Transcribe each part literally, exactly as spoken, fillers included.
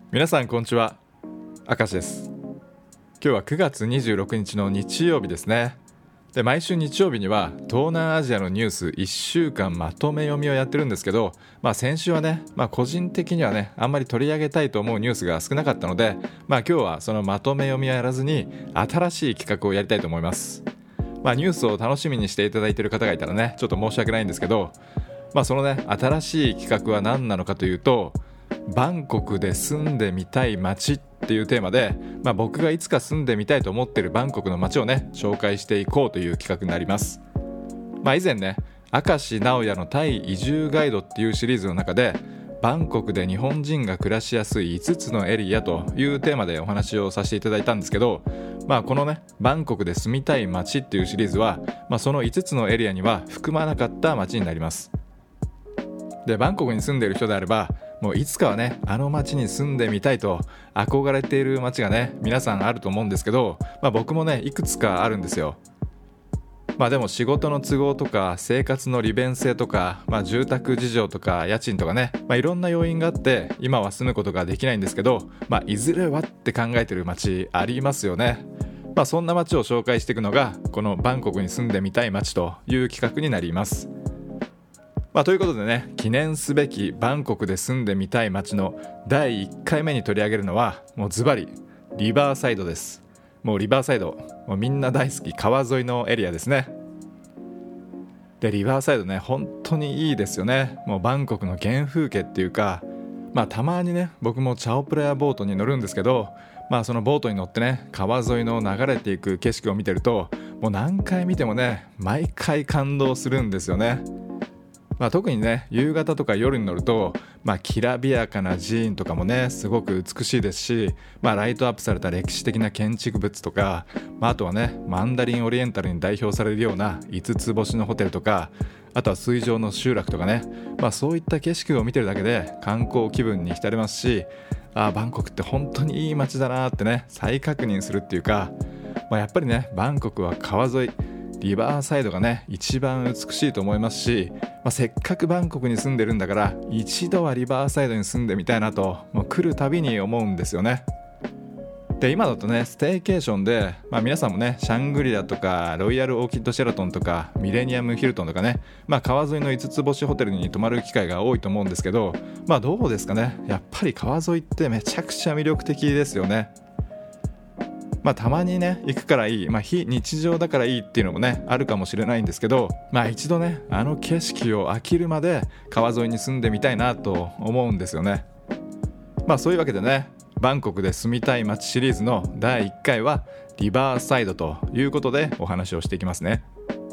皆さんこんにちは、明石です。今日はくがつにじゅうろくにちの日曜日ですね。で毎週日曜日には東南アジアのニュースいっしゅうかんまとめ読みをやってるんですけど、まあ、先週はね、まあ、個人的にはねあんまり取り上げたいと思うニュースが少なかったので、まあ、今日はそのまとめ読みはやらずに新しい企画をやりたいと思います。まあ、ニュースを楽しみにしていただいている方がいたらねちょっと申し訳ないんですけど、まあ、そのね新しい企画は何なのかというと、バンコクで住んでみたい街っていうテーマで、まあ、僕がいつか住んでみたいと思っているバンコクの街をね紹介していこうという企画になります。まあ、以前ね明石直哉のタイ移住ガイドっていうシリーズの中で、バンコクで日本人が暮らしやすいいつつのエリアというテーマでお話をさせていただいたんですけど、まあ、このねバンコクで住みたい街っていうシリーズは、まあ、そのいつつのエリアには含まなかった街になります。でバンコクに住んでいる人であれば、もういつかはねあの街に住んでみたいと憧れている街がね皆さんあると思うんですけど、まあ、僕もねいくつかあるんですよ。まあでも仕事の都合とか生活の利便性とか、まあ、住宅事情とか家賃とかね、まあ、いろんな要因があって今は住むことができないんですけど、まあ、いずれはって考えてる街ありますよね。まあ、そんな街を紹介していくのがこのバンコクに住んでみたい街という企画になります。まあ、ということでね、記念すべきバンコクで住んでみたい街のだいいっかいめに取り上げるのはもうズバリリバーサイドです。もうリバーサイド、もうみんな大好き川沿いのエリアですね。でリバーサイドね本当にいいですよね。もうバンコクの原風景っていうか、まあたまにね僕もチャオプレアボートに乗るんですけど、まあそのボートに乗ってね川沿いの流れていく景色を見てると、もう何回見てもね毎回感動するんですよね。まあ、特にね夕方とか夜に乗ると、まあ、きらびやかな寺院とかもねすごく美しいですし、まあ、ライトアップされた歴史的な建築物とか、まあ、あとはねマンダリンオリエンタルに代表されるようないつつ星のホテルとか、あとは水上の集落とかね、まあ、そういった景色を見てるだけで観光気分に浸れますし、あバンコクって本当にいい街だなってね再確認するっていうか、まあ、やっぱりねバンコクは川沿いリバーサイドがね一番美しいと思いますし、まあ、せっかくバンコクに住んでるんだから一度はリバーサイドに住んでみたいなともう来るたびに思うんですよね。で今だとねステーケーションで、まあ、皆さんもねシャングリラとかロイヤルオーキッドシェラトンとかミレニアムヒルトンとかね、まあ、川沿いのいつつ星ホテルに泊まる機会が多いと思うんですけど、まあどうですかね、やっぱり川沿いってめちゃくちゃ魅力的ですよね。まあ、たまにね行くからいい、まあ、非日常だからいいっていうのもねあるかもしれないんですけど、まあ一度ねあの景色を飽きるまで川沿いに住んでみたいなと思うんですよね。まあそういうわけでねバンコクで住みたい街シリーズのだいいっかいはリバーサイドということでお話をしていきますね。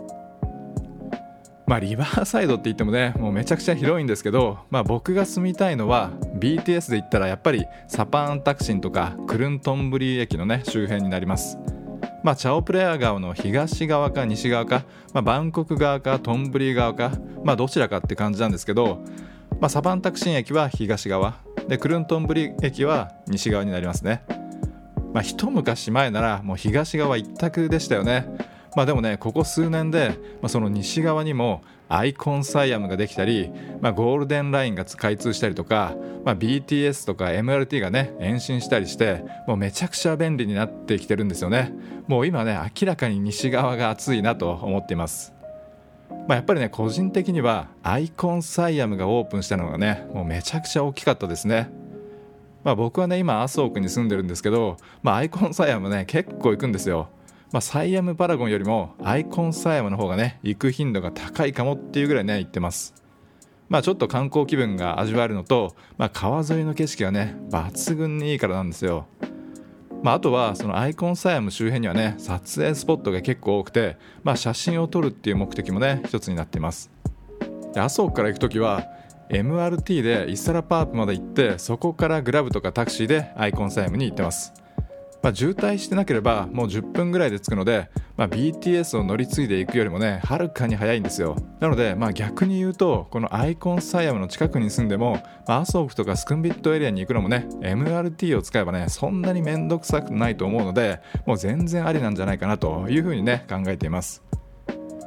まあリバーサイドって言ってもねもうめちゃくちゃ広いんですけど、まあ、僕が住みたいのは ビーティーエス で言ったらやっぱりサパーンタクシンとかクルントンブリ駅のね周辺になります。まあチャオプレア川の東側か西側か、まあ、バンコク側かトンブリ側か、まあどちらかって感じなんですけど、まあ、サパーンタクシン駅は東側でクルントンブリ駅は西側になりますね。まあ一昔前ならもう東側一択でしたよね。まあでもねここ数年で、まあ、その西側にもアイコンサイアムができたり、まあ、ゴールデンラインが開通したりとか、まあ、ビーティーエス とか エムアールティー がね延伸したりして、もうめちゃくちゃ便利になってきてるんですよね。もう今ね明らかに西側が熱いなと思っています。まあ、やっぱりね個人的にはアイコンサイアムがオープンしたのがねもうめちゃくちゃ大きかったですね。まあ、僕はね今麻生区に住んでるんですけど、まあ、アイコンサイアムね結構行くんですよ。まあ、サイアムパラゴンよりもアイコンサイアムの方がね行く頻度が高いかもっていうぐらいね行ってます。まあちょっと観光気分が味わえるのと、まあ、川沿いの景色がね抜群にいいからなんですよ。まあ、あとはそのアイコンサイアム周辺にはね撮影スポットが結構多くて、まあ、写真を撮るっていう目的もね一つになっています。で麻生から行くときは エムアールティー でイッサラパークまで行って、そこからグラブとかタクシーでアイコンサイアムに行ってます。まあ、渋滞してなければもうじゅっぷんぐらいで着くので、まあ、ビーティーエス を乗り継いでいくよりもねはるかに早いんですよ。なので、まあ、逆に言うとこのアイコンサイアムの近くに住んでも、まあ、麻生区とかスクンビットエリアに行くのもね エムアールティー を使えばねそんなにめんどくさくないと思うので、もう全然ありなんじゃないかなというふうにね考えています。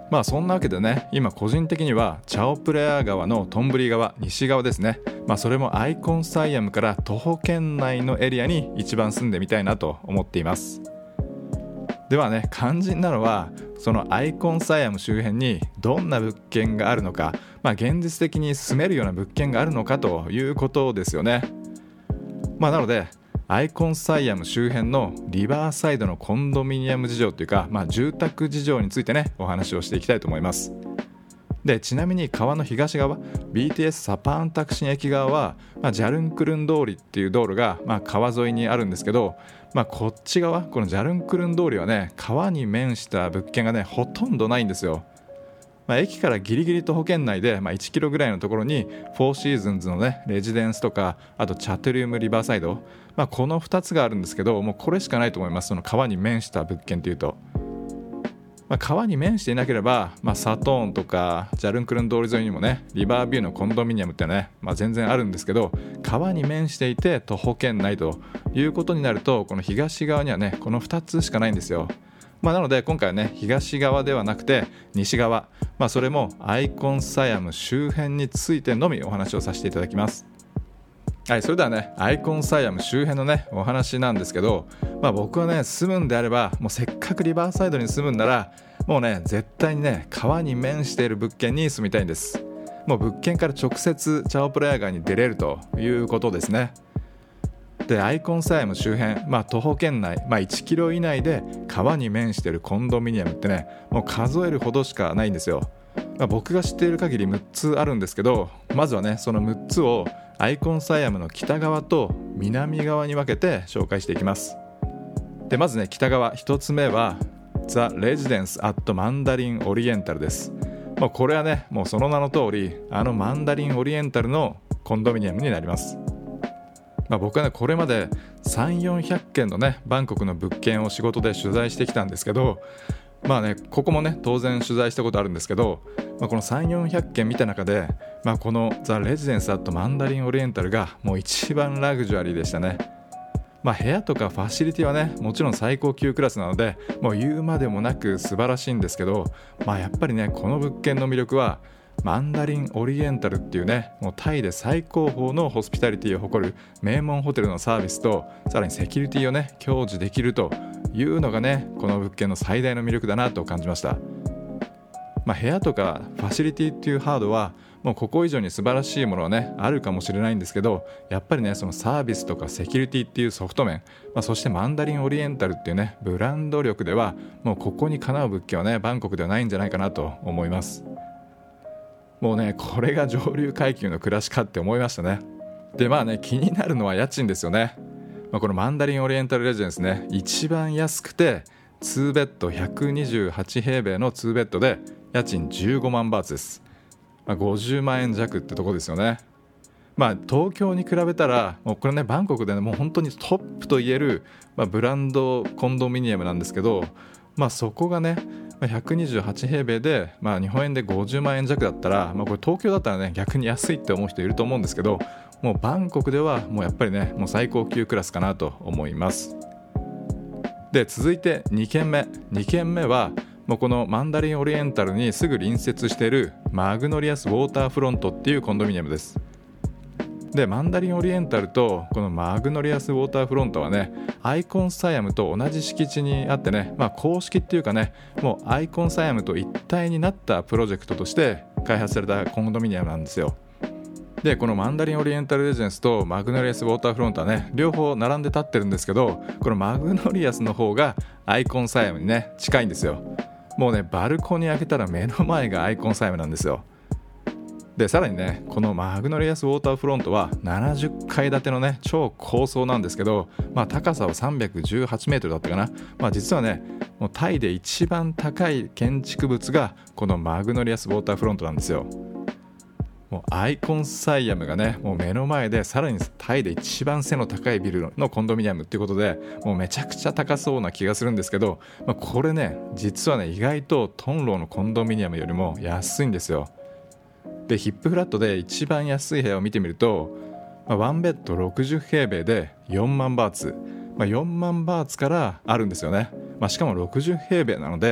まあそんなわけでね、今個人的にはチャオプレア川のトンブリ川、西側ですね、まあそれもアイコンサイアムから徒歩圏内のエリアに一番住んでみたいなと思っています。ではね、肝心なのはそのアイコンサイアム周辺にどんな物件があるのか、まあ現実的に住めるような物件があるのかということですよね。まあなのでアイコンサイアム周辺のリバーサイドのコンドミニアム事情というか、まあ、住宅事情についてねお話をしていきたいと思います。でちなみに川の東側 ビーティーエス サパーンタクシン駅側は、まあ、ジャルンクルン通りっていう道路が、まあ、川沿いにあるんですけど、まあ、こっち側このジャルンクルン通りはね川に面した物件がねほとんどないんですよ。まあ、駅からギリギリ徒歩圏内で、まあ、いちキロぐらいのところにフォーシーズンズのねレジデンスとか、あとチャトリウムリバーサイド、まあ、このふたつがあるんですけど、もうこれしかないと思います。その川に面した物件というと、まあ、川に面していなければ、まあ、サトーンとかジャルンクルン通り沿いにもねリバービューのコンドミニアムってね、まあ、全然あるんですけど、川に面していて徒歩圏内ということになると、この東側にはねこのふたつしかないんですよ。まあ、なので今回はね東側ではなくて西側、まあ、それもアイコンサイアム周辺についてのみお話をさせていただきます。はい、それではねアイコンサイアム周辺のねお話なんですけど、まあ、僕はね住むんであればもうせっかくリバーサイドに住むんならもうね絶対にね川に面している物件に住みたいんです。もう物件から直接チャオプレア川に出れるということですね。でアイコンサイアム周辺、まあ、徒歩圏内、まあ、いちキロ以内で川に面しているコンドミニアムってねもう数えるほどしかないんですよ。まあ、僕が知っている限りむっつあるんですけど、まずはねそのむっつをアイコンサイアムの北側と南側に分けて紹介していきます。でまずね北側ひとつめはザ・レジデンス・アット・マンダリン・オリエンタルです。もうこれはねもうその名の通りあのマンダリン・オリエンタルのコンドミニアムになります。まあ、僕はねこれまでさんびゃくよんひゃくけんのねバンコクの物件を仕事で取材してきたんですけど、まあねここもね当然取材したことあるんですけど、まあ、このさんびゃくよんひゃくけん見た中で、まあ、このザ・レジデンス・アット・マンダリン・オリエンタルがもう一番ラグジュアリーでしたね。まあ、部屋とかファシリティはねもちろん最高級クラスなのでもう言うまでもなく素晴らしいんですけど、まあ、やっぱりねこの物件の魅力はマンダリンオリエンタルっていうねもうタイで最高峰のホスピタリティを誇る名門ホテルのサービスと、さらにセキュリティをね享受できるというのがねこの物件の最大の魅力だなと感じました。まあ、部屋とかファシリティっていうハードはもうここ以上に素晴らしいものはねあるかもしれないんですけど、やっぱりねそのサービスとかセキュリティっていうソフト面、まあ、そしてマンダリンオリエンタルっていうねブランド力ではもうここにかなう物件はねバンコクではないんじゃないかなと思います。もうねこれが上流階級の暮らしかって思いましたね。でまあね気になるのは家賃ですよね。まあ、このマンダリンオリエンタルレジデンスね一番安くてにベッドひゃくにじゅうはちへいべいのにベッドで家賃じゅうごまんバーツです。まあ、ごじゅうまんえん弱ってとこですよね。まあ東京に比べたらもうこれねバンコクでねもう本当にトップといえる、まあ、ブランドコンドミニアムなんですけど、まあそこがねひゃくにじゅうはちへいべいで、まあ、日本円でごじゅうまんえん弱だったら、まあ、これ東京だったらね逆に安いって思う人いると思うんですけど、もうバンコクではもうやっぱりねもう最高級クラスかなと思います。で続いてにけんめにけんめはもうこのマンダリンオリエンタルにすぐ隣接しているマグノリアスウォーターフロントっていうコンドミニアムです。でマンダリンオリエンタルとこのマグノリアスウォーターフロントはねアイコンサイアムと同じ敷地にあってね、まあ、公式っていうかねもうアイコンサイアムと一体になったプロジェクトとして開発されたコンドミニアムなんですよ。でこのマンダリンオリエンタルレジデンスとマグノリアスウォーターフロントはね両方並んで立ってるんですけど、このマグノリアスの方がアイコンサイアムにね近いんですよ。もうねバルコニー開けたら目の前がアイコンサイアムなんですよ。でさらにねこのマグノリアスウォーターフロントはななじゅっかいだてのね超高層なんですけど、まあ、高さはさんびゃくじゅうはちメートルだったかな、まあ、実はねもうタイで一番高い建築物がこのマグノリアスウォーターフロントなんですよ。もうアイコンサイアムがねもう目の前で、さらにタイで一番背の高いビルのコンドミニアムっていうことでもうめちゃくちゃ高そうな気がするんですけど、まあ、これね実はね意外とトンローのコンドミニアムよりも安いんですよ。でヒップフラットで一番安い部屋を見てみると、まあ、ワンベッドろくじゅうへいべいでよんまんバーツ、まあ、よんまんバーツからあるんですよね。まあ、しかもろくじゅうへいべいなので、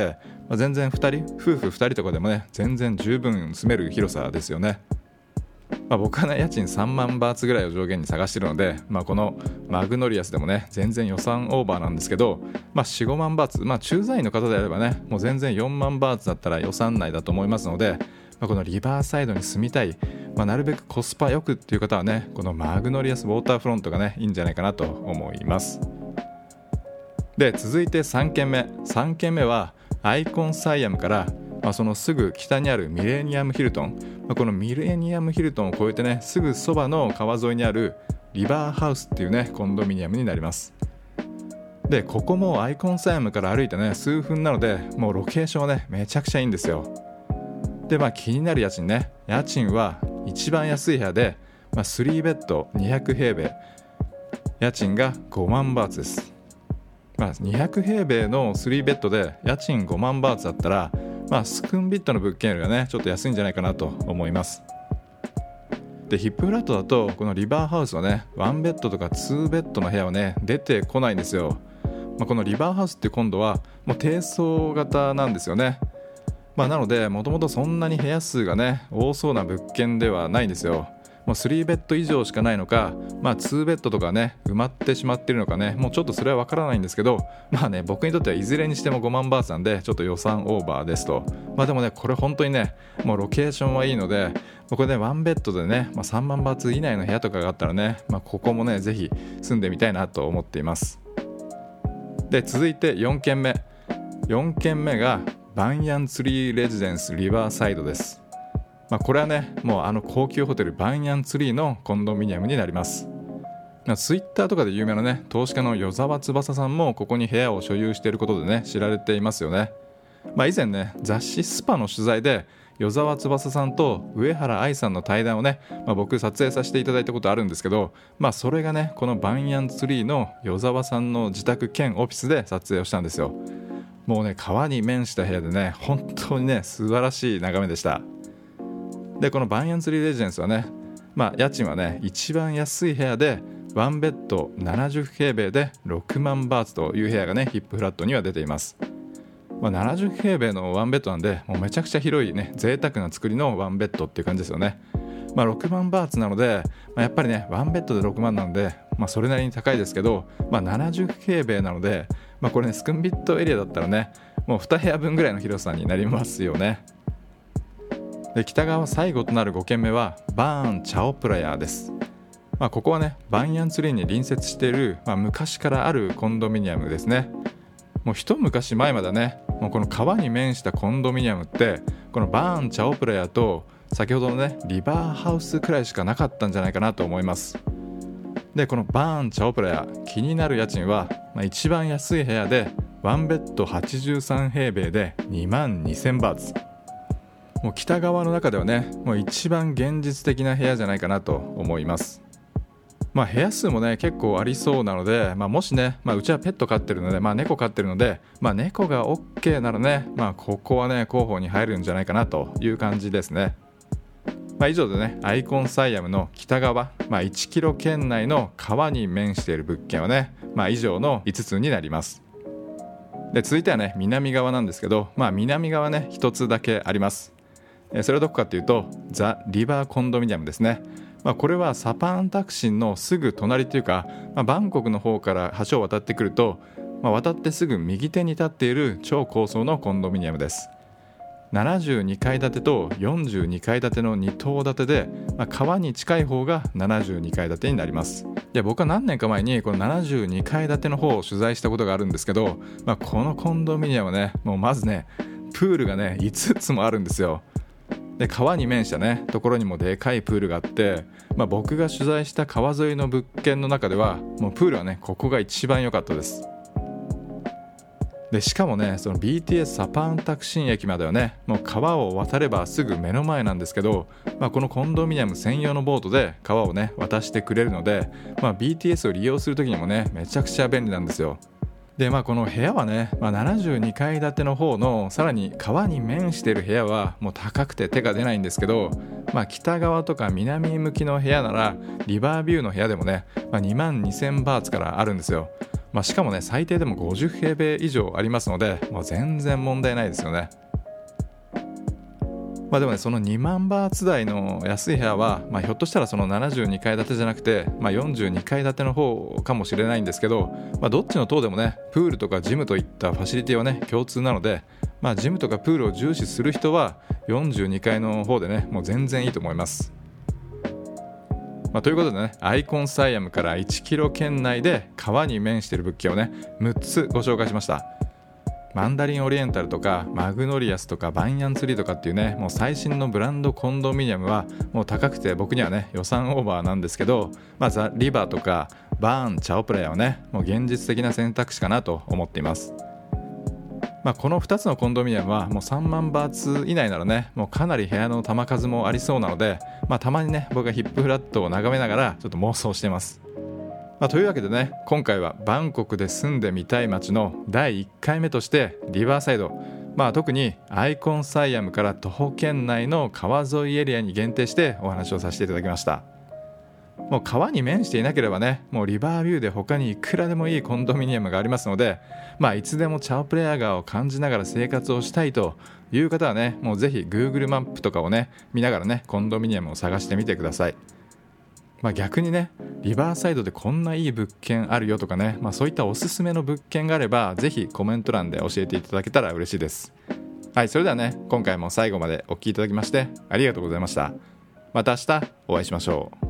まあ、全然ふたり夫婦ふたりとかでもね全然十分住める広さですよね。まあ、僕はね家賃さんまんバーツぐらいを上限に探しているので、まあ、このマグノリアスでもね全然予算オーバーなんですけど、まあ、よん、ごまんバーツ、まあ、駐在員の方であればねもう全然よんまんバーツだったら予算内だと思いますので、まあ、このリバーサイドに住みたい、まあ、なるべくコスパよくっていう方はねこのマグノリアスウォーターフロントがねいいんじゃないかなと思います。で続いてさんけんめさんけんめはアイコンサイアムから、まあ、そのすぐ北にあるミレニアムヒルトン、まあ、このミレニアムヒルトンを越えてねすぐそばの川沿いにあるリバーハウスっていうねコンドミニアムになります。でここもアイコンサイアムから歩いてね数分なのでもうロケーションはねめちゃくちゃいいんですよ。でまあ気になる家賃ね家賃は一番安い部屋で、まあ、スリーベッドにひゃくへいべい家賃がごまんバーツです。まあ、にひゃくへいべいのスリーベッドで家賃ごまんバーツだったら、まあ、スクンビットの物件よりはねちょっと安いんじゃないかなと思います。でヒップフラットだとこのリバーハウスはねワンベッドとかツーベッドの部屋はね出てこないんですよ。まあ、このリバーハウスって今度はもう低層型なんですよね。まあ、なのでもともとそんなに部屋数がね多そうな物件ではないんですよ。もうスリーベッド以上しかないのか、まあ、ツーベッドとかね埋まってしまっているのかねもうちょっとそれは分からないんですけど、まあね僕にとってはいずれにしてもごまんバーツなんでちょっと予算オーバーですと。まあでもねこれ本当にねもうロケーションはいいのでここでワンベッドでね、まあ、さんまんバーツ以内の部屋とかがあったらね、まあ、ここもねぜひ住んでみたいなと思っています。で続いてよんけんめよんけんめがバンヤンツリーレジデンスリバーサイドです。まあ、これはねもうあの高級ホテルバンヤンツリーのコンドミニアムになります。ツイッターとかで有名なね投資家の与沢翼さんもここに部屋を所有していることでね知られていますよね。まあ、以前ね雑誌スパの取材で与沢翼さんと上原愛さんの対談をね、まあ、僕撮影させていただいたことあるんですけど、まあ、それがねこのバンヤンツリーの与沢さんの自宅兼オフィスで撮影をしたんですよ。もうね川に面した部屋でね本当にね素晴らしい眺めでした。でこのバンヤンツリーレジデンスはね、まあ、家賃はね一番安い部屋でワンベッドななじゅうへいべいでろくまんバーツという部屋がねヒップフラットには出ています。まあ、ななじゅうへいべいのワンベッドなんでもうめちゃくちゃ広いね贅沢な作りのワンベッドっていう感じですよね。まあ、ろくまんバーツなので、まあ、やっぱりねワンベッドでろくまんなので、まあ、それなりに高いですけど、まあ、ななじゅうへいべいなので、まあ、これねスクンビットエリアだったらねもうに部屋分ぐらいの広さになりますよね。で北側最後となるごけんめはバーンチャオプラヤです。まあ、ここはねバンヤンツリーに隣接している、まあ、昔からあるコンドミニアムですね。もう一昔前までねもうこの川に面したコンドミニアムってこのバーンチャオプラヤと先ほどのねリバーハウスくらいしかなかったんじゃないかなと思います。でこのバーンチャオプラヤ気になる家賃は、まあ、一番安い部屋でワンベッドはちじゅうさんへいべいでにまんにせんバーツ。もう北側の中ではねもう一番現実的な部屋じゃないかなと思います。まあ、部屋数もね結構ありそうなので、まあ、もしね、まあ、うちはペット飼ってるので、まあ、猫飼ってるので、まあ、猫が OK ならね、まあ、ここはね候補に入るんじゃないかなという感じですね。まあ、以上でねアイコンサイアムの北側、まあ、いちキロ圏内の川に面している物件はね、まあ、以上のいつつになります。で続いてはね南側なんですけど、まあ、南側ねひとつだけあります。それはどこかというとザ・リバーコンドミニアムですね。まあ、これはサパンタクシンのすぐ隣というか、まあ、バンコクの方から橋を渡ってくると、まあ、渡ってすぐ右手に立っている超高層のコンドミニアムです。ななじゅうにかい建てとよんじゅうにかい建てのに棟建てで、まあ、川に近い方がななじゅうにかい建てになります。で僕は何年か前にこのななじゅうにかい建ての方を取材したことがあるんですけど、まあ、このコンドミニアムはねもうまずねプールがねいつつもあるんですよ。で川に面したねところにもでかいプールがあって、まあ、僕が取材した川沿いの物件の中ではもうプールはねここが一番良かったです。でしかもねその ビーティーエス サパンタクシン駅まではねもう川を渡ればすぐ目の前なんですけど、まあ、このコンドミニアム専用のボートで川をね渡してくれるので、まあ、ビーティーエス を利用する時にもねめちゃくちゃ便利なんですよ。でまあこの部屋はね、まあ、ななじゅうにかい建ての方のさらに川に面している部屋はもう高くて手が出ないんですけど、まあ、北側とか南向きの部屋ならリバービューの部屋でもね、まあ、にまんにせんバーツからあるんですよ。 まあ、しかもね最低でもごじゅう平米以上ありますので、もう全然問題ないですよね。まあ、でもねそのにまんバーツ台の安い部屋は、まあ、ひょっとしたらそのななじゅうにかい建てじゃなくて、まあ、よんじゅうにかい建ての方かもしれないんですけど、まあ、どっちの棟でもねプールとかジムといったファシリティはね共通なので、まあ、ジムとかプールを重視する人はよんじゅうにかいの方でねもう全然いいと思います。まあ、ということでねアイコンサイアムからいちキロ圏内で川に面している物件をねむっつご紹介しました。マンダリンオリエンタルとかマグノリアスとかバンヤンツリーとかっていうねもう最新のブランドコンドミニアムはもう高くて僕にはね予算オーバーなんですけど、まあ、ザ・リバーとかバーン・チャオプレイヤーはねもう現実的な選択肢かなと思っています。まあ、このふたつのコンドミニアムはもうさんまんバーツ以内ならねもうかなり部屋の球数もありそうなので、まあ、たまにね僕はヒップフラットを眺めながらちょっと妄想しています。まあ、というわけでね今回はバンコクで住んでみたい街のだいいっかいめとしてリバーサイド、まあ、特にアイコンサイアムから徒歩圏内の川沿いエリアに限定してお話をさせていただきました。もう川に面していなければねもうリバービューで他にいくらでもいいコンドミニアムがありますので、まあ、いつでもチャオプレア川を感じながら生活をしたいという方はねもうぜひ Google マップとかをね見ながらねコンドミニアムを探してみてください。まあ、逆にねリバーサイドでこんないい物件あるよとかね、まあ、そういったおすすめの物件があればぜひコメント欄で教えていただけたら嬉しいです。はい、それではね今回も最後までお聞きいただきましてありがとうございました。また明日お会いしましょう。